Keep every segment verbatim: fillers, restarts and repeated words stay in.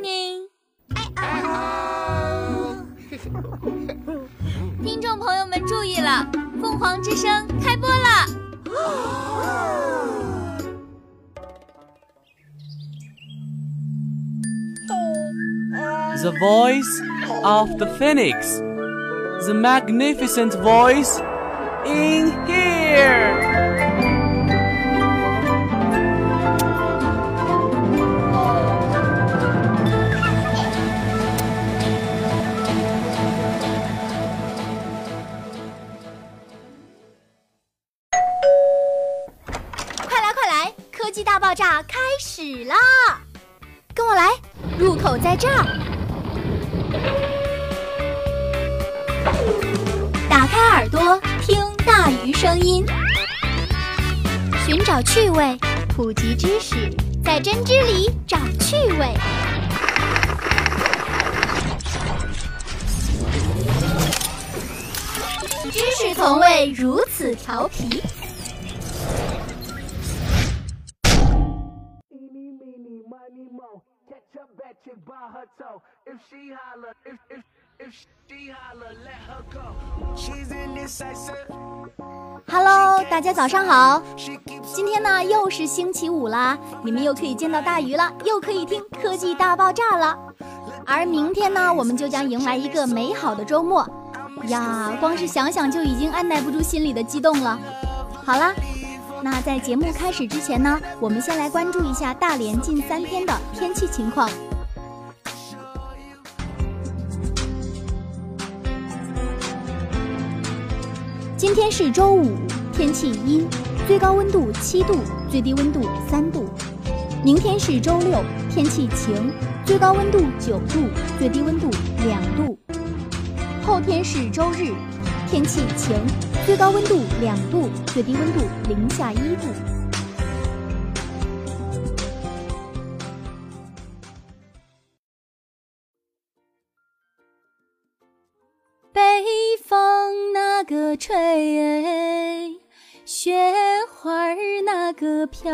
morning。听众朋友们注意了，凤凰之声开播了。 The voice of the phoenix, the magnificent voice in here. 快来快来，科技大爆炸开始啦！跟我来，入口在这儿。打开耳朵，听大鱼声音，寻找趣味，普及知识，在针织里找趣味。知识从未如此调皮。Hello， 大家早上好！今天呢又是星期五啦，你们又可以见到大鱼了，又可以听科技大爆炸了。而明天呢，我们就将迎来一个美好的周末呀！光是想想就已经按耐不住心里的激动了。好啦，那在节目开始之前呢，我们先来关注一下大连近三天的天气情况。今天是周五，天气阴，最高温度七度，最低温度三度。明天是周六，天气晴，最高温度九度，最低温度两度。后天是周日，天气晴，最高温度两度，最低温度零下一度。北风那个吹，雪花那个飘，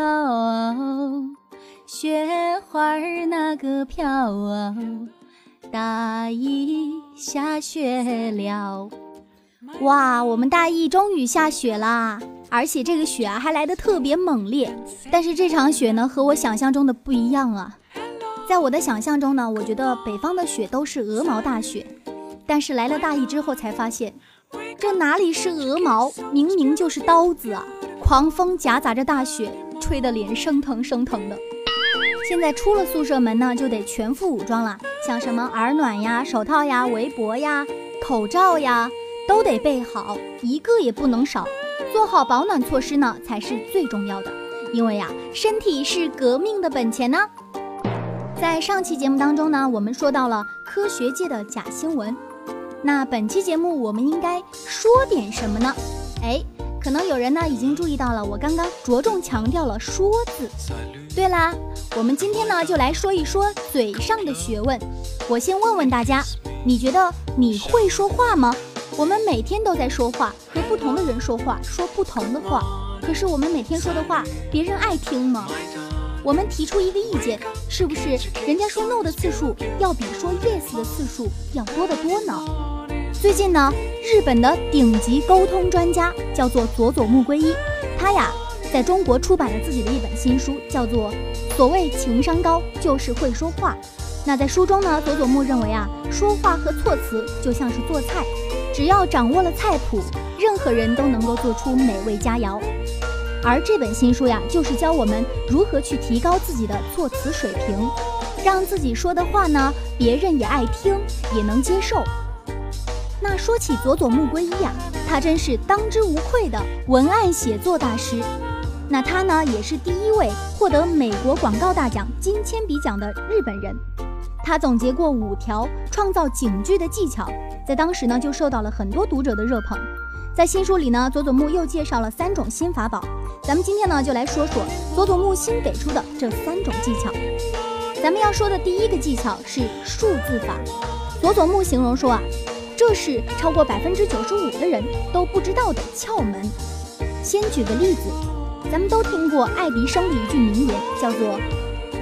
雪花那个飘，大意下雪了。哇，我们大意终于下雪啦！而且这个雪啊还来得特别猛烈。但是这场雪呢和我想象中的不一样啊。在我的想象中呢，我觉得北方的雪都是鹅毛大雪。但是来了大意之后才发现，这哪里是鹅毛，明明就是刀子啊！狂风夹杂着大雪，吹得脸生疼生疼的。现在出了宿舍门呢，就得全副武装了，像什么耳暖呀、手套呀、围脖呀、口罩呀，都得备好，一个也不能少。做好保暖措施呢，才是最重要的，因为呀，身体是革命的本钱呢。在上期节目当中呢，我们说到了科学界的假新闻。那本期节目我们应该说点什么呢？哎，可能有人呢已经注意到了，我刚刚着重强调了说字。对啦，我们今天呢就来说一说嘴上的学问。我先问问大家，你觉得你会说话吗？我们每天都在说话，和不同的人说话，说不同的话。可是我们每天说的话，别人爱听吗？我们提出一个意见，是不是人家说 no 的次数要比说 yes 的次数要多得多呢？最近呢，日本的顶级沟通专家叫做佐佐木圭一，他呀在中国出版了自己的一本新书，叫做《所谓情商高就是会说话》。那在书中呢，佐佐木认为啊，说话和措辞就像是做菜，只要掌握了菜谱，任何人都能够做出美味佳肴。而这本新书呀，就是教我们如何去提高自己的措辞水平，让自己说的话呢，别人也爱听，也能接受。那说起佐佐木圭一呀，他真是当之无愧的文案写作大师。那他呢，也是第一位获得美国广告大奖金铅笔奖的日本人。他总结过五条创造警句的技巧，在当时呢就受到了很多读者的热捧。在新书里呢，佐佐木又介绍了三种新法宝，咱们今天呢就来说说佐佐木新给出的这三种技巧。咱们要说的第一个技巧是数字法。佐佐木形容说啊，这是超过百分之九十五的人都不知道的窍门。先举个例子，咱们都听过爱迪生的一句名言，叫做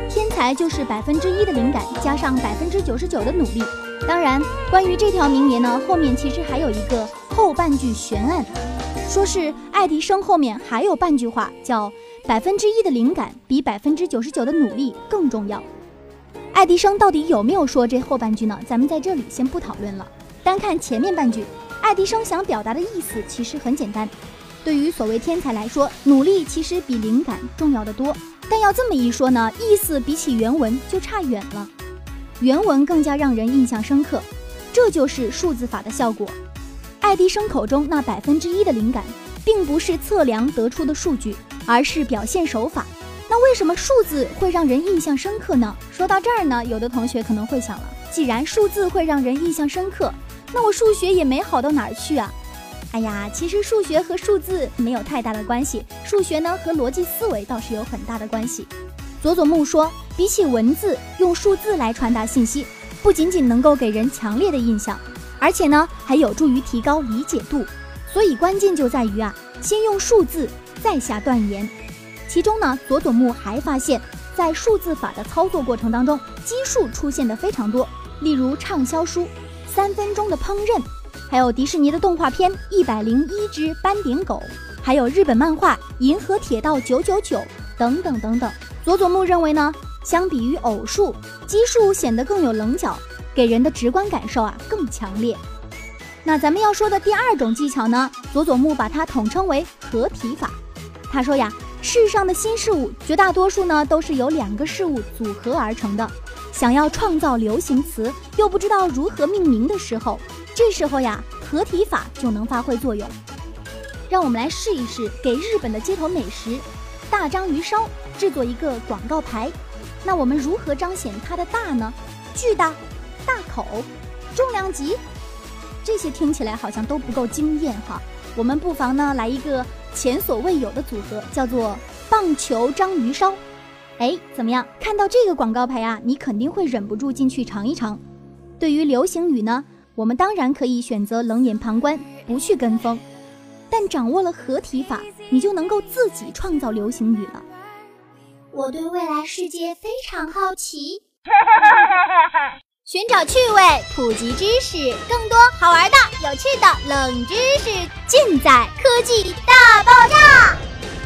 天才就是百分之一的灵感加上百分之九十九的努力。当然，关于这条名言呢，后面其实还有一个后半句悬案，说是爱迪生后面还有半句话叫百分之一的灵感比百分之九十九的努力更重要。爱迪生到底有没有说这后半句呢？咱们在这里先不讨论了，单看前面半句，爱迪生想表达的意思其实很简单。对于所谓天才来说，努力其实比灵感重要的多。但要这么一说呢，意思比起原文就差远了。原文更加让人印象深刻，这就是数字法的效果。爱迪生口中那百分之一的灵感，并不是测量得出的数据，而是表现手法。那为什么数字会让人印象深刻呢？说到这儿呢，有的同学可能会想了，既然数字会让人印象深刻，那我数学也没好到哪儿去啊。哎呀，其实数学和数字没有太大的关系，数学呢和逻辑思维倒是有很大的关系。佐佐木说，比起文字，用数字来传达信息，不仅仅能够给人强烈的印象，而且呢还有助于提高理解度。所以关键就在于啊，先用数字再下断言。其中呢，佐佐木还发现，在数字法的操作过程当中，基数出现的非常多，例如畅销书、三分钟的烹饪，还有迪士尼的动画片《一百零一只斑点狗》，还有日本漫画《银河铁道九九九》等等等等。佐佐木认为呢，相比于偶数，奇数显得更有棱角，给人的直观感受啊更强烈。那咱们要说的第二种技巧呢，佐佐木把它统称为合体法。他说呀，世上的新事物绝大多数呢都是由两个事物组合而成的。想要创造流行词，又不知道如何命名的时候，这时候呀，合体法就能发挥作用。让我们来试一试，给日本的街头美食大章鱼烧制作一个广告牌。那我们如何彰显它的大呢？巨大、大口、重量级，这些听起来好像都不够惊艳哈。我们不妨呢来一个前所未有的组合，叫做棒球章鱼烧。哎，怎么样？看到这个广告牌啊，你肯定会忍不住进去尝一尝。对于流行语呢，我们当然可以选择冷眼旁观，不去跟风，但掌握了合体法，你就能够自己创造流行语了。 我对未来世界非常好奇， 寻找趣味，普及知识，更多好玩的、有趣的冷知识，尽在科技大爆炸。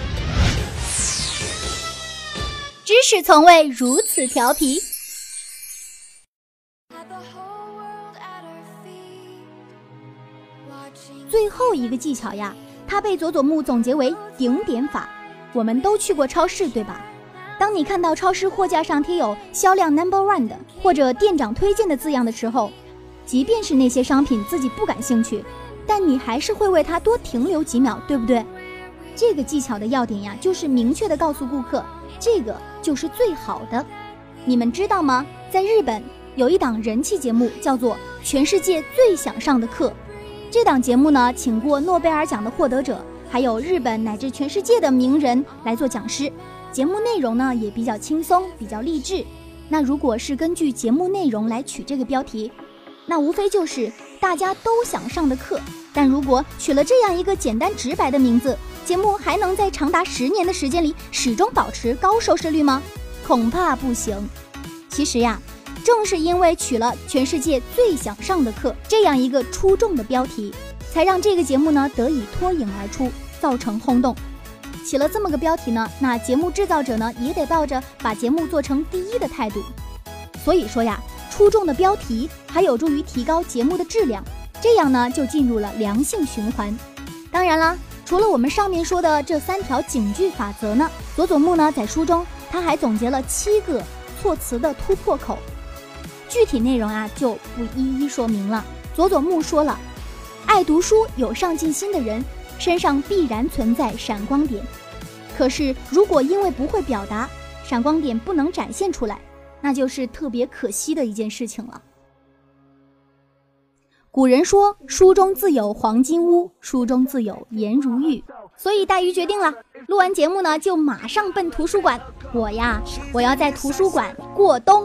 知识从未如此调皮。最后一个技巧呀，它被佐佐木总结为顶点法。我们都去过超市，对吧？当你看到超市货架上贴有销量 number one 的或者店长推荐的字样的时候，即便是那些商品自己不感兴趣，但你还是会为它多停留几秒，对不对？这个技巧的要点呀，就是明确地告诉顾客，这个就是最好的。你们知道吗？在日本有一档人气节目叫做《全世界最想上的课》。这档节目呢，请过诺贝尔奖的获得者，还有日本乃至全世界的名人来做讲师。节目内容呢也比较轻松，比较励志。那如果是根据节目内容来取这个标题，那无非就是大家都想上的课。但如果取了这样一个简单直白的名字，节目还能在长达十年的时间里始终保持高收视率吗？恐怕不行。其实呀，正是因为取了全世界最想上的课这样一个出众的标题，才让这个节目呢得以脱颖而出，造成轰动。起了这么个标题呢，那节目制造者呢也得抱着把节目做成第一的态度。所以说呀，出众的标题还有助于提高节目的质量，这样呢就进入了良性循环。当然啦，除了我们上面说的这三条警句法则呢，佐佐木呢在书中他还总结了七个措辞的突破口，具体内容啊就不一一说明了。佐佐木说了，爱读书有上进心的人身上必然存在闪光点，可是如果因为不会表达，闪光点不能展现出来，那就是特别可惜的一件事情了。古人说，书中自有黄金屋，书中自有颜如玉。所以大鱼决定了，录完节目呢就马上奔图书馆。我呀，我要在图书馆过冬。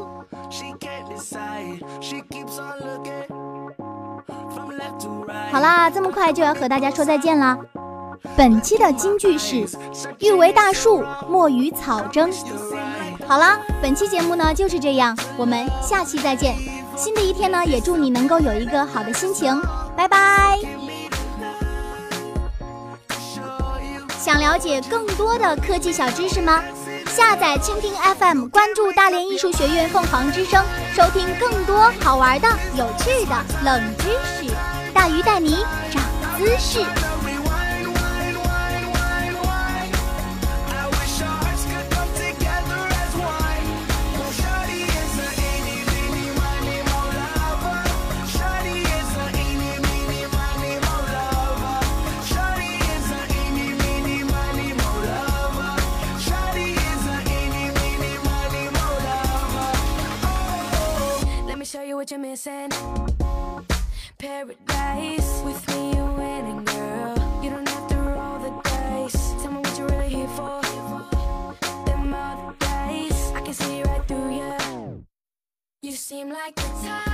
好啦，这么快就要和大家说再见啦。本期的金句是：欲为大树，莫与草争。 好啦，本期节目呢就是这样，我们下期再见。新的一天呢，也祝你能够有一个好的心情，拜拜。想了解更多的科技小知识吗？下载蜻蜓 F M， 关注大连艺术学院凤凰之声，收听更多好玩的、有趣的冷知识。大鱼带你长姿势。 Show you what you're missing. Paradise with me, you're winning, girl. You don't have to roll the dice. Tell me what you're really here for. Them other days, I can see right through you. You seem like the type